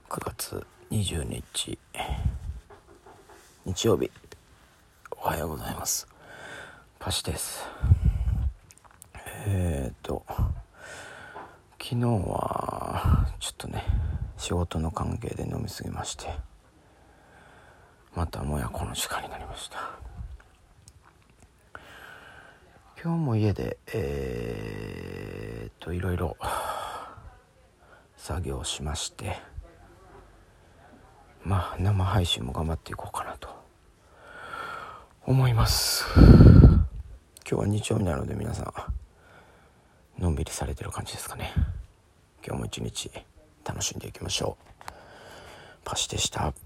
9月20日日曜日、おはようございます。パシです。昨日はちょっとね、仕事の関係で飲みすぎまして、またもやこの時間になりました。今日も家でいろいろ作業しまして、生配信も頑張っていこうかなと思います。今日は日曜日なので皆さんのんびりされてる感じですかね。今日も一日楽しんでいきましょう。パシでした。